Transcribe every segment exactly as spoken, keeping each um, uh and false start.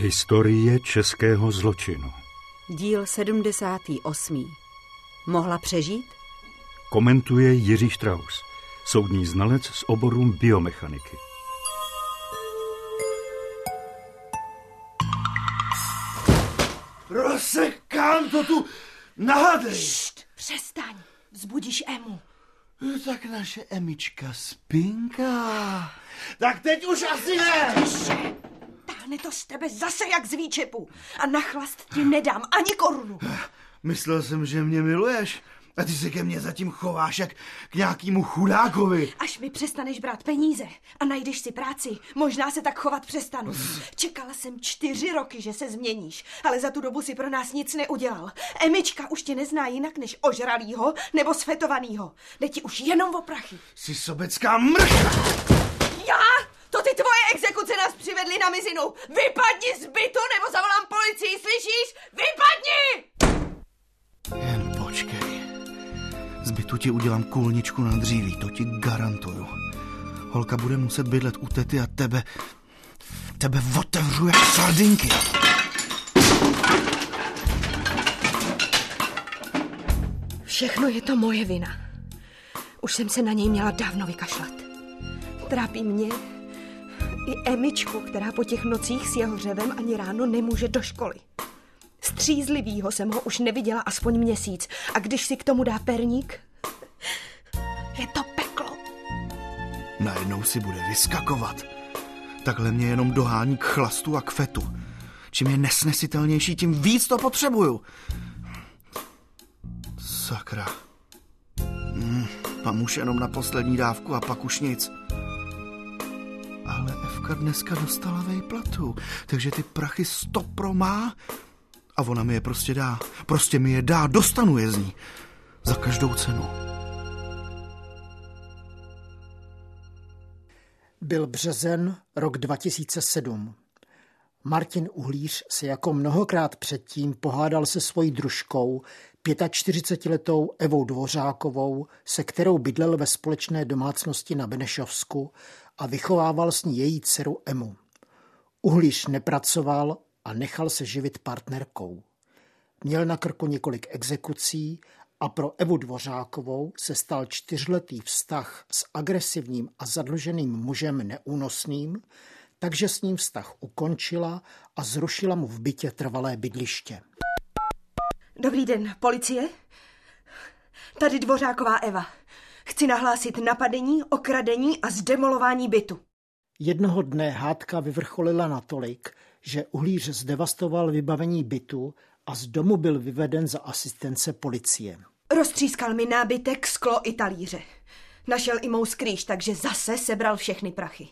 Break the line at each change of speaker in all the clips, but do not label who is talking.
Historie českého zločinu.
Díl sedmdesátý osmý. Mohla přežít?
Komentuje Jiří Štraus, soudní znalec z oboru biomechaniky.
Rozsekám to tu nahadej.
Št, přestaň, vzbudíš Emu.
Tak naše Emička spinká. Tak teď už asi ne.
Tiše, táhne to z tebe zase jak z výčepu. A na chlast ti nedám ani korunu.
Myslel jsem, že mě miluješ. A ty se ke mně zatím chováš jak k nějakému chudákovi.
Až mi přestaneš brát peníze a najdeš si práci, možná se tak chovat přestanu. Čekala jsem čtyři roky, že se změníš, ale za tu dobu si pro nás nic neudělal. Emička už tě nezná jinak než ožralýho nebo sfetovanýho. Jde ti už jenom o prachy.
Jsi sobecká mrcha.
Já? To ty tvoje exekuce nás přivedly na mizinu. Vypadni z bytu nebo zavolám policii, slyšíš? Vypadni!
Jen počkej. Z bytu ti udělám kůlničku na dříví, to ti garantuju. Holka bude muset bydlet u tety a tebe... Tebe otevřu jak sardinky.
Všechno je to moje vina. Už jsem se na něj měla dávno vykašlat. Trápí mě i Emičku, která po těch nocích s jeho řevem ani ráno nemůže do školy. Střízlivýho jsem ho už neviděla aspoň měsíc. A když si k tomu dá perník, je to peklo.
Najednou si bude vyskakovat. Takhle mě jenom dohání k chlastu a k fetu. Čím je nesnesitelnější, tím víc to potřebuju. Sakra. Hmm, mám už jenom na poslední dávku a pak už nic. Ale Evka dneska dostala vejplatu, takže ty prachy stopro má. A ona mi je prostě dá. Prostě mi je dá, dostanu je z ní. Za každou cenu.
Byl březen, rok dva tisíce sedm. Martin Uhlíř se jako mnohokrát předtím pohádal se svojí družkou, čtyřicetiletou Evou Dvořákovou, se kterou bydlel ve společné domácnosti na Benešovsku a vychovával s ní její dceru Emu. Uhlíř nepracoval a nechal se živit partnerkou. Měl na krku několik exekucí a pro Evu Dvořákovou se stal čtyřletý vztah s agresivním a zadluženým mužem neúnosným, takže s ním vztah ukončila a zrušila mu v bytě trvalé bydliště.
Dobrý den, policie? Tady Dvořáková Eva. Chci nahlásit napadení, okradení a zdemolování bytu.
Jednoho dne hádka vyvrcholila natolik, že Uhlíř zdevastoval vybavení bytu a z domu byl vyveden za asistence policie.
Roztřískal mi nábytek, sklo i talíře. Našel i mou skrýž, takže zase sebral všechny prachy.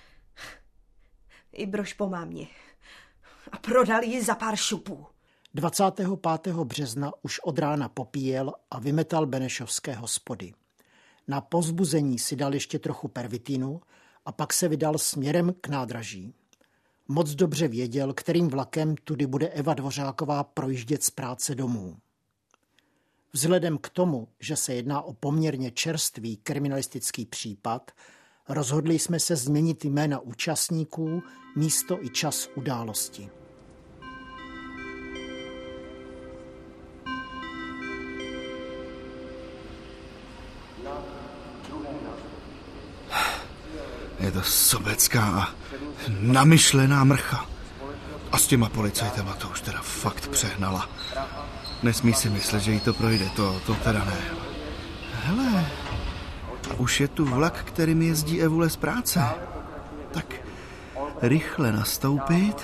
I brož po mámě. A prodal ji za pár šupů.
dvacátého pátého března už od rána popíjel a vymetal benešovské hospody. Na povzbuzení si dal ještě trochu pervitinu a pak se vydal směrem k nádraží. Moc dobře věděl, kterým vlakem tudy bude Eva Dvořáková projíždět z práce domů. Vzhledem k tomu, že se jedná o poměrně čerstvý kriminalistický případ, rozhodli jsme se změnit jména účastníků, místo i čas události.
Je to sobecká a namyšlená mrcha. A s těma policajtama to už teda fakt přehnala. Nesmí si myslet, že jí to projde, to, to teda ne. Hele, a už je tu vlak, kterým jezdí Evule z práce. Tak rychle nastoupit.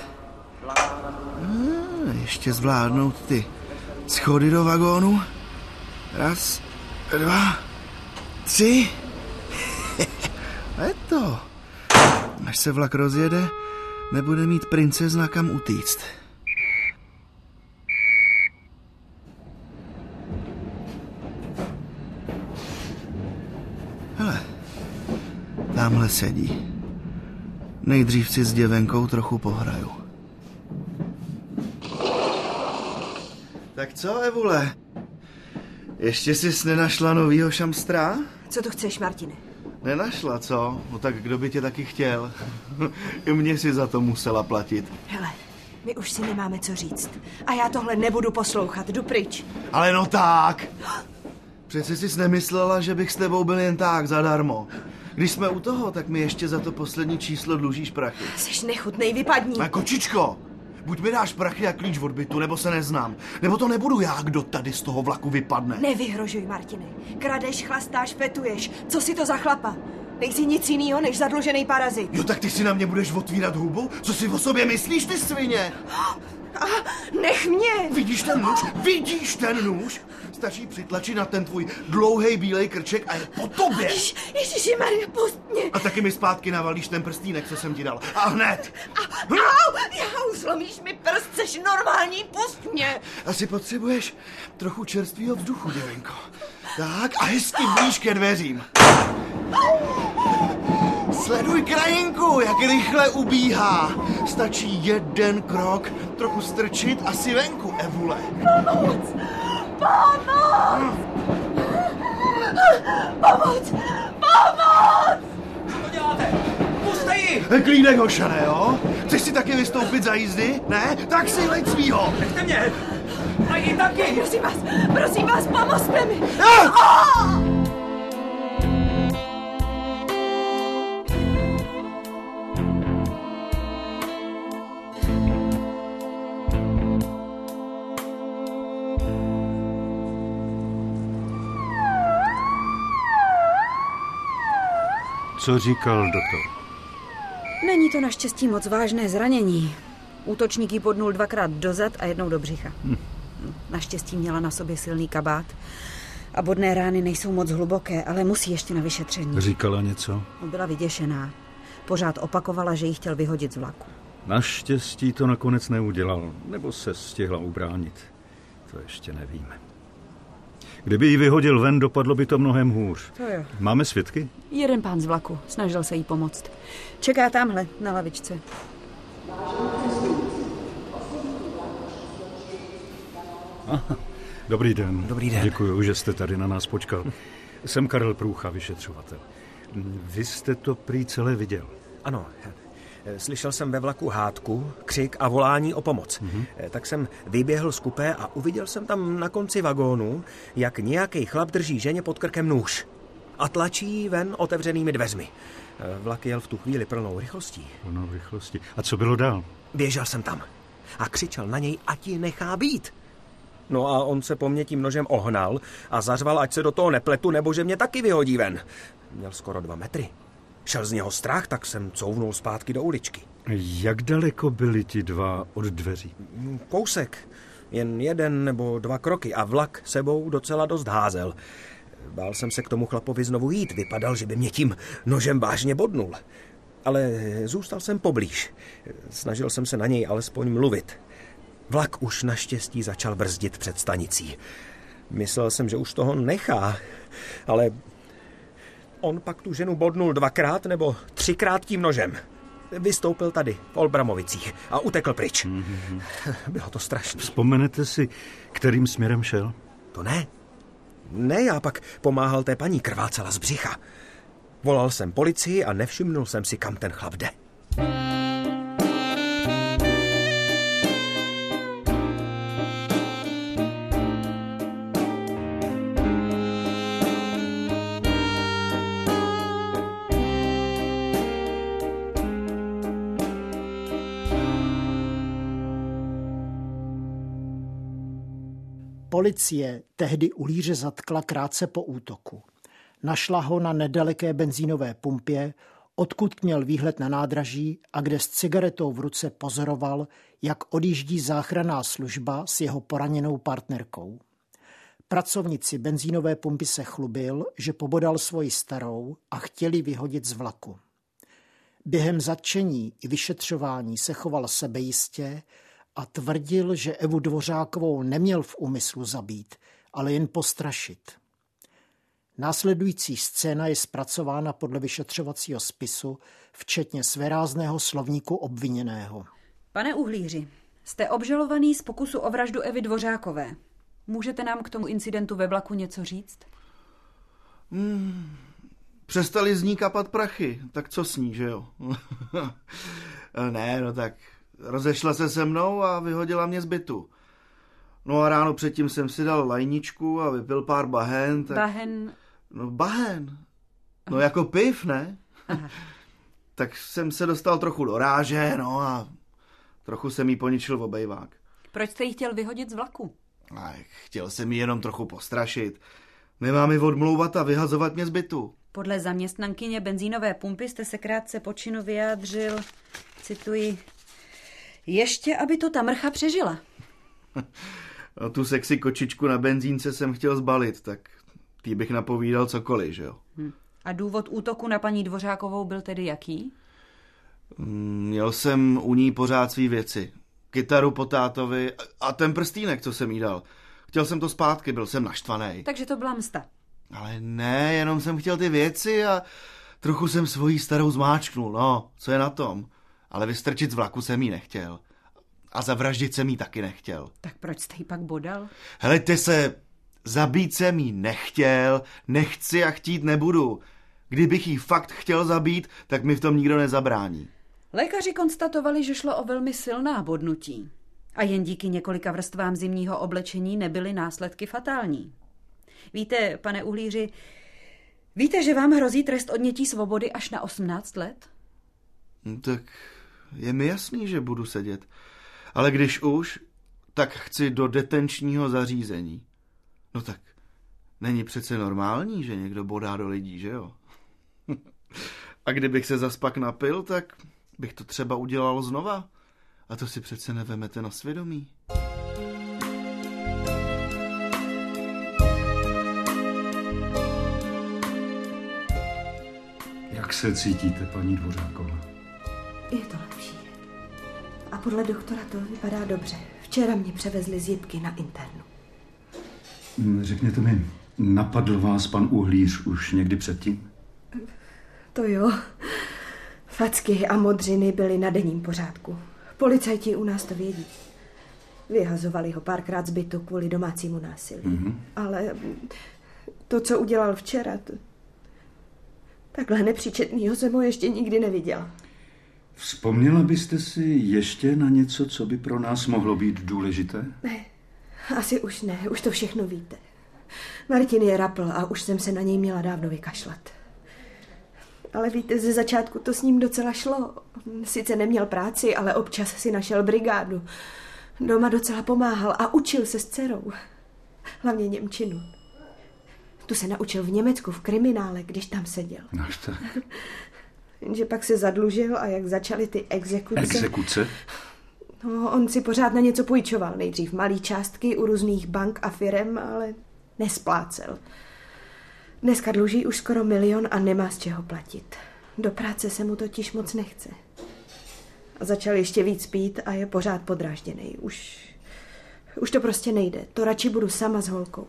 A ještě zvládnout ty schody do vagónu. Raz, dva, tři. A je to. Až se vlak rozjede, nebude mít princezna kam utíct. Hele, tamhle sedí. Nejdřív si s děvenkou trochu pohraju. Tak co, Evule? Ještě jsi nenašla novýho šamstra?
Co to chceš, Martine?
Nenašla, co? No tak kdo by tě taky chtěl? I mě si za to musela platit.
Hele, My už si nemáme co říct. A já tohle nebudu poslouchat. Jdu pryč.
Ale no tak. Přece jsi nemyslela, že bych s tebou byl jen tak, zadarmo. Když jsme u toho, tak mi ještě za to poslední číslo dlužíš prachy.
Jsi nechutnej, vypadni.
A kočičko, buď mi dáš prachy a klíč od bytu, nebo se neznám. Nebo to nebudu já, kdo tady z toho vlaku vypadne.
Nevyhrožuj, Martine. Kradeš, chlastáš, fetuješ. Co si to za chlapa? Nejsi nic jinýho, než zadlužený parazit.
Jo, tak ty si na mě budeš otvírat hubu? Co si o sobě myslíš, ty svině?
A nech mě!
Vidíš ten nůž? Vidíš ten nůž? Stačí přitlačit na ten tvůj dlouhej bílej krček a je po tobě.
Jež, Ježišimarja, pust mě.
A taky mi zpátky navalíš ten prstýnek, co jsem ti dal. A hned.
A, au, jau, zlomíš mi prst, seš normální, pust mě.
Asi potřebuješ trochu čerstvýho vzduchu, děvenko. Tak a hezky blíž ke dveřím. Sleduj krajinku, jak rychle ubíhá. Stačí jeden krok, trochu strčit a si venku, Evule.
Pomoc! Pomoc! Pomoc! Pomoc!
Co to děláte? Puste ji!
Klídek, hošane, jo? Chceš si taky vystoupit za jízdy? Ne? Tak si leď svýho.
Nechte mě! A i taky!
Prosím vás, prosím vás, pomozte mi!
Ah!
Co říkal doktor?
Není to naštěstí moc vážné zranění. Útočník jí podnul dvakrát do zad a jednou do břicha. Hm. Naštěstí měla na sobě silný kabát a bodné rány nejsou moc hluboké, ale musí ještě na vyšetření.
Říkala něco?
Byla vyděšená. Pořád opakovala, že ji chtěl vyhodit z vlaku.
Naštěstí to nakonec neudělal, nebo se stihla ubránit. To ještě nevíme. Kdyby ji vyhodil ven, dopadlo by to mnohem hůř.
To jo.
Máme svědky?
Jeden pán z vlaku. Snažil se jí pomoct. Čeká tamhle, na lavičce.
Aha. Dobrý den.
Dobrý den.
Děkuji, že jste tady na nás počkal. Jsem Karel Průcha, vyšetřovatel. Vy jste to prý celé viděl.
Ano. Slyšel jsem ve vlaku hádku, křik a volání o pomoc. Mm-hmm. Tak jsem vyběhl z kupé a uviděl jsem tam na konci vagónu, jak nějaký chlap drží ženě pod krkem nůž a tlačí ji ven otevřenými dveřmi. Vlak jel v tu chvíli plnou rychlostí.
Plnou rychlostí. A co bylo dál?
Běžel jsem tam a křičel na něj, ať ji nechá být. No a on se po mně tím nožem ohnal a zařval, ať se do toho nepletu, nebo že mě taky vyhodí ven. Měl skoro dva metry. Šel z něho strach, tak jsem couvnul zpátky do uličky.
Jak daleko byli ti dva od dveří?
Kousek. Jen jeden nebo dva kroky a vlak sebou docela dost házel. Bál jsem se k tomu chlapovi znovu jít. Vypadal, že by mě tím nožem vážně bodnul. Ale zůstal jsem poblíž. Snažil jsem se na něj alespoň mluvit. Vlak už naštěstí začal brzdit před stanicí. Myslel jsem, že už toho nechá, ale on pak tu ženu bodnul dvakrát nebo třikrát tím nožem. Vystoupil tady v Olbramovicích a utekl pryč. Mm-hmm. Bylo to strašné.
Vzpomenete si, kterým směrem šel?
To ne. Ne, já pak pomáhal té paní, krvácela z břicha. Volal jsem policii a nevšimnul jsem si, kam ten chlap jde.
Policie tehdy Uhlíře zatkla krátce po útoku. Našla ho na nedaleké benzínové pumpě, odkud měl výhled na nádraží a kde s cigaretou v ruce pozoroval, jak odjíždí záchranná služba s jeho poraněnou partnerkou. Pracovníci benzínové pumpy se chlubil, že pobodal svoji starou a chtěli vyhodit z vlaku. Během zatčení i vyšetřování se choval sebejistě a tvrdil, že Evu Dvořákovou neměl v úmyslu zabít, ale jen postrašit. Následující scéna je zpracována podle vyšetřovacího spisu, včetně svérázného slovníku obviněného.
Pane Uhlíři, jste obžalovaný z pokusu o vraždu Evy Dvořákové. Můžete nám k tomu incidentu ve vlaku něco říct?
Hmm, přestali z ní kapat prachy, tak co s ní, že jo? Ne, no tak rozešla se se mnou a vyhodila mě z bytu. No a ráno předtím jsem si dal lajničku a vypil pár bahen. Tak...
Bahen?
No bahen. No jako piv, ne?
Aha.
Tak jsem se dostal trochu do ráže, no a trochu jsem jí poničil v obejvák.
Proč jste jí chtěl vyhodit z vlaku?
A chtěl jsem jí jenom trochu postrašit. Nemá mi odmlouvat a vyhazovat mě z bytu.
Podle zaměstnankyně benzínové pumpy jste se krátce po činu vyjádřil, cituji, ještě aby to ta mrcha přežila.
No, tu sexy kočičku na benzínce jsem chtěl zbalit, tak tý bych napovídal cokoliv, že jo.
Hm. A důvod útoku na paní Dvořákovou byl tedy jaký?
Měl jsem u ní pořád svý věci. Kytaru po tátovi a ten prstýnek, co jsem jí dal. Chtěl jsem to zpátky, byl jsem naštvaný.
Takže to byla msta.
Ale ne, jenom jsem chtěl ty věci a trochu jsem svojí starou zmáčknul, no, co je na tom. Ale vystrčit z vlaku jsem jí nechtěl. A zavraždit jsem jí taky nechtěl.
Tak proč jste jí pak bodal?
Helejte se, zabít jsem jí nechtěl, nechci a chtít nebudu. Kdybych jí fakt chtěl zabít, tak mi v tom nikdo nezabrání.
Lékaři konstatovali, že šlo o velmi silná bodnutí. A jen díky několika vrstvám zimního oblečení nebyly následky fatální. Víte, pane Uhlíři, víte, že vám hrozí trest odnětí svobody až na osmnáct let?
No, tak je mi jasný, že budu sedět. Ale když už, tak chci do detenčního zařízení. No tak není přece normální, že někdo bodá do lidí, že jo? A kdybych se zas pak napil, tak bych to třeba udělal znova. A to si přece nevemete na svědomí.
Jak se cítíte, paní Dvořáková?
Je to lepší. A podle doktora to vypadá dobře. Včera mě převezli z jipky na internu.
Řekněte mi, napadl vás pan Uhlíř už někdy předtím?
To jo. Facky a modřiny byly na denním pořádku. Policajti u nás to vědí. Vyhazovali ho párkrát z bytu kvůli domácímu násilí. Mm-hmm. Ale to, co udělal včera, to... takhle nepříčetnýho jsem ho ještě nikdy neviděla.
Vzpomněla byste si ještě na něco, co by pro nás mohlo být důležité?
Ne, asi už ne, už to všechno víte. Martin je rapl a už jsem se na něj měla dávno vykašlat. Ale víte, ze začátku to s ním docela šlo. Sice neměl práci, ale občas si našel brigádu. Doma docela pomáhal a učil se s dcerou. Hlavně němčinu. Tu se naučil v Německu v kriminále, když tam seděl.
No tak.
Jenže pak se zadlužil a jak začaly ty exekuce...
Exekuce?
No, on si pořád na něco půjčoval. Nejdřív malý částky u různých bank a firem, ale nesplácel. Dneska dluží už skoro milion a nemá z čeho platit. Do práce se mu totiž moc nechce. A začal ještě víc pít a je pořád podrážděnej. Už, už to prostě nejde. To radši budu sama s holkou.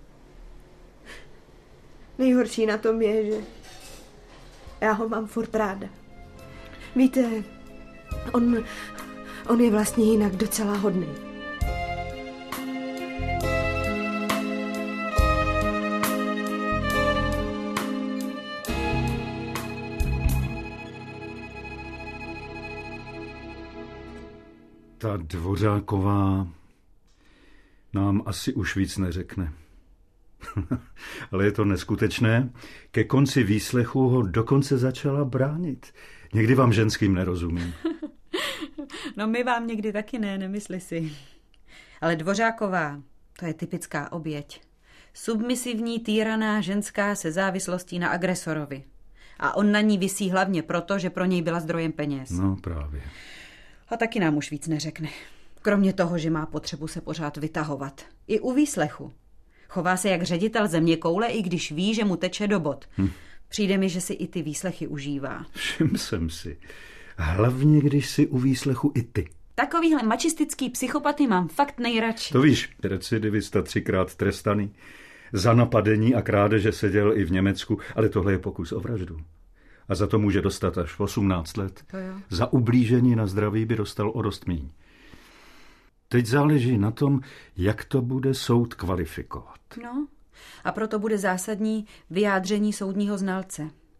Nejhorší na tom je, že já ho mám furt ráda. Víte, on, on je vlastně jinak docela hodný.
Ta Dvořáková nám asi už víc neřekne. Ale je to neskutečné. Ke konci výslechu ho dokonce začala bránit. Někdy vám ženským nerozumím.
No my vám někdy taky ne, nemysli si. Ale Dvořáková, to je typická oběť. Submisivní, týraná ženská se závislostí na agresorovi. A on na ní visí hlavně proto, že pro něj byla zdrojem peněz.
No právě.
A taky nám už víc neřekne. Kromě toho, že má potřebu se pořád vytahovat. I u výslechu. Chová se jak ředitel zeměkoule, i když ví, že mu teče do bod. Hm. Přijde mi, že si i ty výslechy užívá.
Všiml jsem si. Hlavně, když si u výslechu i ty.
Takovýhle mačistický psychopaty mám fakt nejradši.
To víš, recidivista třikrát trestaný. Za napadení a krádeže seděl i v Německu, ale tohle je pokus o vraždu. A za to může dostat až osmnáct let.
To jo.
Za ublížení na zdraví by dostal o dost míň. Teď záleží na tom, jak to bude soud kvalifikovat.
No, a proto bude zásadní vyjádření soudního znalce.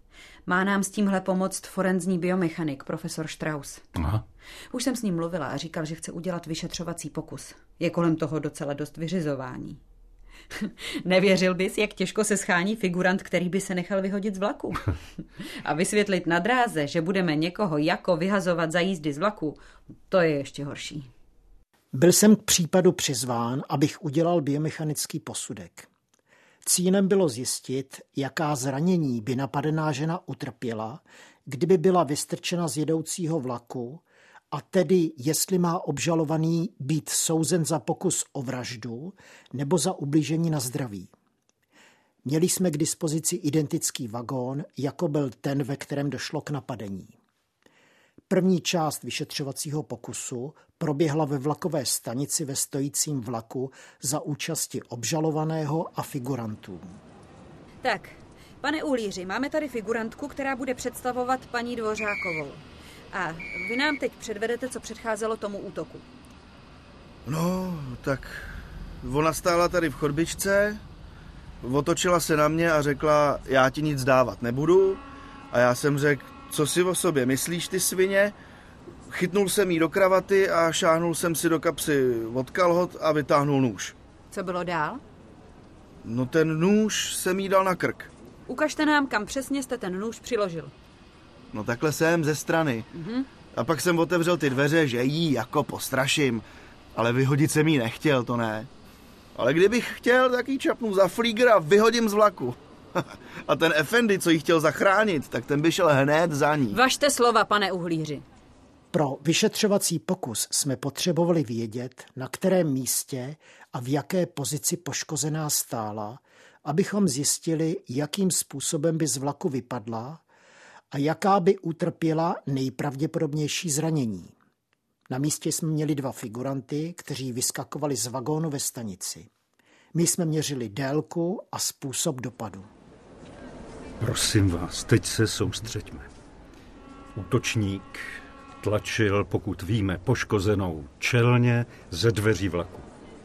Má nám s tímhle pomoct forenzní biomechanik, profesor Strauss.
Aha.
Už jsem s ním mluvila a říkal, že chce udělat vyšetřovací pokus. Je kolem toho docela dost vyřizování. Nevěřil bys, jak těžko se schání figurant, který by se nechal vyhodit z vlaku. A vysvětlit na dráze, že budeme někoho jako vyhazovat za jízdy z vlaku, to je ještě horší.
Byl jsem k případu přizván, abych udělal biomechanický posudek. Cílem bylo zjistit, jaká zranění by napadená žena utrpěla, kdyby byla vystrčena z jedoucího vlaku, a tedy jestli má obžalovaný být souzen za pokus o vraždu nebo za ublížení na zdraví. Měli jsme k dispozici identický vagón, jako byl ten, ve kterém došlo k napadení. První část vyšetřovacího pokusu proběhla ve vlakové stanici ve stojícím vlaku za účasti obžalovaného a figurantů.
Tak, pane Uhlíři, máme tady figurantku, která bude představovat paní Dvořákovou. A vy nám teď předvedete, co předcházelo tomu útoku.
No, tak ona stála tady v chodbičce, otočila se na mě a řekla, já ti nic dávat nebudu. A já jsem řekl, co si o sobě myslíš, ty svině? Chytnul jsem jí do kravaty a šáhnul jsem si do kapsy od kalhot a vytáhnul nůž.
Co bylo dál?
No ten nůž jsem jí dal na krk.
Ukažte nám, kam přesně jste ten nůž přiložil.
No takhle jsem ze strany. Mm-hmm. A pak jsem otevřel ty dveře, že jí jako postraším. Ale vyhodit jsem jí nechtěl, to ne. Ale kdybych chtěl, tak jí čapnu za flígr a vyhodím z vlaku. A ten efendi, co jí chtěl zachránit, tak ten by šel hned za ní.
Važte slova, pane Uhlíři.
Pro vyšetřovací pokus jsme potřebovali vědět, na kterém místě a v jaké pozici poškozená stála, abychom zjistili, jakým způsobem by z vlaku vypadla a jaká by utrpěla nejpravděpodobnější zranění. Na místě jsme měli dva figuranty, kteří vyskakovali z vagónu ve stanici. My jsme měřili délku a způsob dopadu.
Prosím vás, teď se soustřeďme. Útočník tlačil, pokud víme, poškozenou čelně ze dveří vlaku.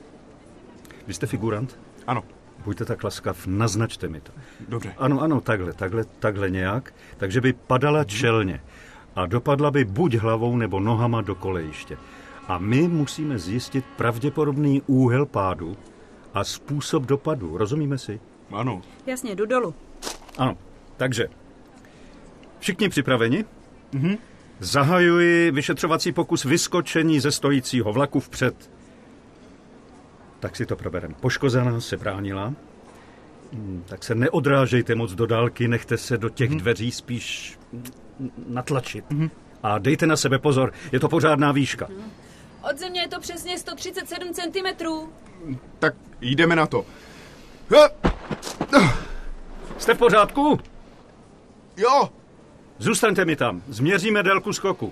Vy jste figurant?
Ano.
Buďte tak laskav, naznačte mi to.
Dobře.
Ano, ano, takhle, takhle, takhle nějak. Takže by padala čelně a dopadla by buď hlavou nebo nohama do kolejiště. A my musíme zjistit pravděpodobný úhel pádu a způsob dopadu. Rozumíme si?
Ano.
Jasně, jdu dolů.
Ano, takže všichni připraveni?
Mhm.
Zahajuji vyšetřovací pokus vyskočení ze stojícího vlaku vpřed. Tak si to proberem. Poškozená se bránila, tak se neodrážejte moc do dálky, nechte se do těch dveří spíš natlačit. Mhm. A dejte na sebe pozor, je to pořádná výška.
Od země je to přesně sto třicet sedm centimetrů.
Tak jdeme na to.
Jste v pořádku?
Jo.
Zůstaňte mi tam, změříme délku skoku.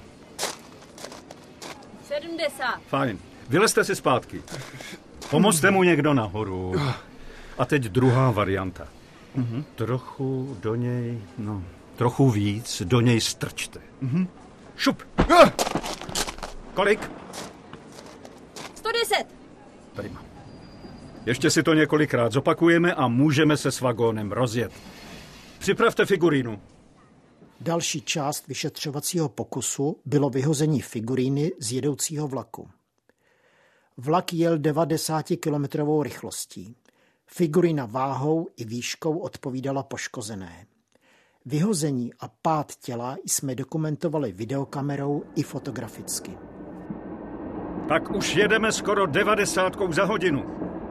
sedmdesát.
Fajn, vylezte si zpátky. Pomozte mu někdo nahoru. A teď druhá varianta. Mm-hmm. Trochu do něj, no, trochu víc do něj strčte. Mm-hmm. Šup! Kolik?
sto deset.
Tady mám. Ještě si to několikrát zopakujeme a můžeme se s vagónem rozjet. Připravte figurínu.
Další část vyšetřovacího pokusu bylo vyhození figuríny z jedoucího vlaku. Vlak jel devadesátikilometrovou rychlostí. Figurína váhou i výškou odpovídala poškozené. Vyhození a pád těla jsme dokumentovali videokamerou i fotograficky.
Tak už jedeme skoro devadesátkou za hodinu.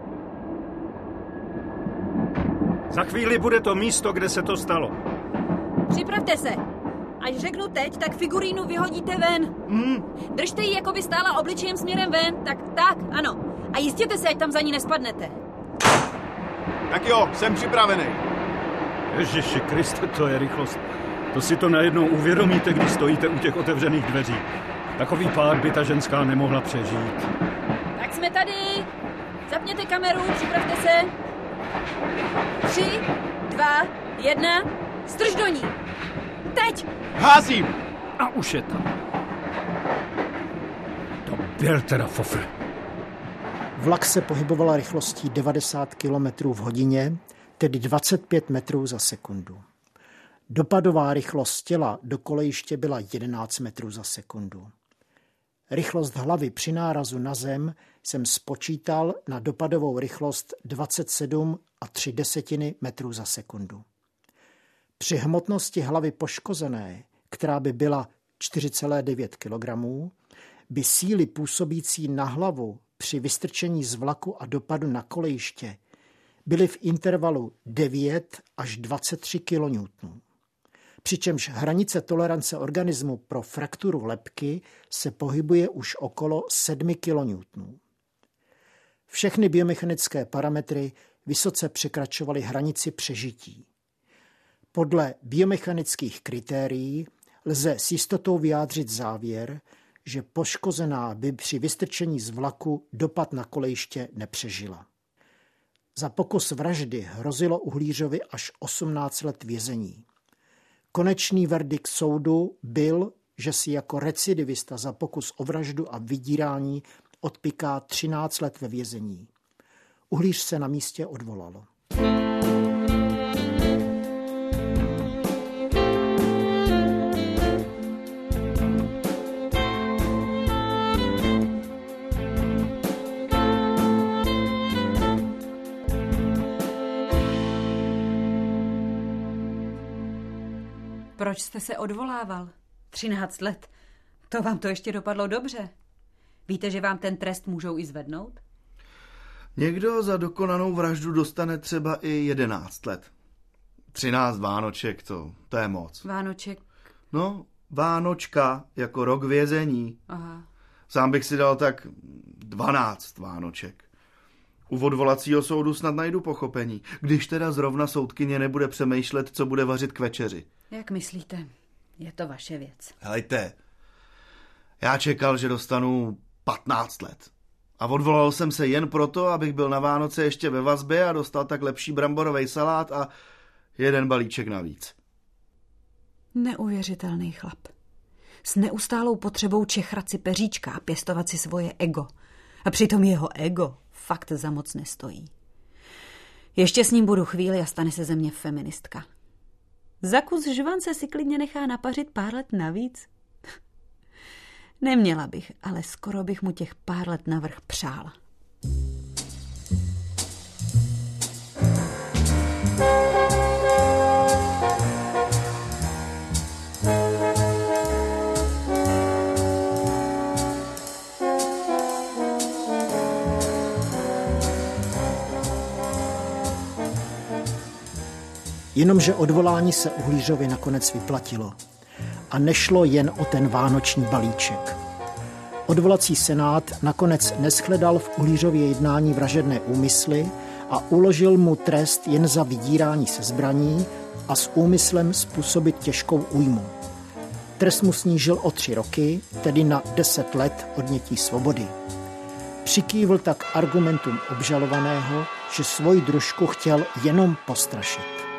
Za chvíli bude to místo, kde se to stalo.
Připravte se. Až řeknu teď, tak figurínu vyhodíte ven.
Mm.
Držte ji, jako by stála obličejem směrem ven. Tak, tak, ano. A jistěte se, ať tam za ní nespadnete.
Tak jo, jsem připravený.
Ježiši Kriste, to je rychlost. To si to najednou uvědomíte, když stojíte u těch otevřených dveří. Takový pád by ta ženská nemohla přežít.
Tak jsme tady. Zapněte kameru, připravte se. Tři, dva, jedna. Strž do ní. Teď!
Házím!
A už je tam. To byl teda fofr.
Vlak se pohyboval rychlostí devadesát kilometrů v hodině, tedy dvacet pět metrů za sekundu. Dopadová rychlost těla do kolejiště byla jedenáct metrů za sekundu. Rychlost hlavy při nárazu na zem jsem spočítal na dopadovou rychlost dvacet sedm a tři desetiny metrů za sekundu. Při hmotnosti hlavy poškozené, která by byla čtyři celá devět kilogramů, by síly působící na hlavu při vystrčení z vlaku a dopadu na kolejiště byly v intervalu devět až dvacet tři kilonewtonů. Přičemž hranice tolerance organismu pro frakturu lebky se pohybuje už okolo sedm kilonewtonů. Všechny biomechanické parametry vysoce překračovaly hranici přežití. Podle biomechanických kritérií lze s jistotou vyjádřit závěr, že poškozená by při vystrčení z vlaku dopad na kolejiště nepřežila. Za pokus vraždy hrozilo Uhlířovi až osmnáct let vězení. Konečný verdikt soudu byl, že si jako recidivista za pokus o vraždu a vydírání odpiká třináct let ve vězení. Uhlíř se na místě odvolal.
Proč jste se odvolával? Třináct let. To vám to ještě dopadlo dobře. Víte, že vám ten trest můžou i zvednout?
Někdo za dokonanou vraždu dostane třeba i jedenáct let. Třináct vánoček, to, to je moc.
Vánoček?
No, vánočka, jako rok vězení.
Aha.
Sám bych si dal tak dvanáct vánoček. U odvolacího soudu snad najdu pochopení, když teda zrovna soudkyně nebude přemýšlet, co bude vařit k večeři.
Jak myslíte? Je to vaše věc.
Helejte, já čekal, že dostanu patnáct let. A odvolal jsem se jen proto, abych byl na Vánoce ještě ve vazbě a dostal tak lepší bramborový salát a jeden balíček navíc.
Neuvěřitelný chlap. S neustálou potřebou čechrat si peříčka a pěstovat si svoje ego. A přitom jeho ego fakt za moc nestojí. Ještě s ním budu chvíli a stane se ze mě feministka. Za kus žvance si klidně nechá napařit pár let navíc. Neměla bych, ale skoro bych mu těch pár let navrch přála.
Jenomže odvolání se Uhlířovi nakonec vyplatilo. A nešlo jen o ten vánoční balíček. Odvolací senát nakonec neshledal v Uhlířově jednání vražedné úmysly a uložil mu trest jen za vydírání se zbraní a s úmyslem způsobit těžkou újmu. Trest mu snížil o tři roky, tedy na deset let odnětí svobody. Přikývl tak argumentům obžalovaného, že svoji družku chtěl jenom postrašit.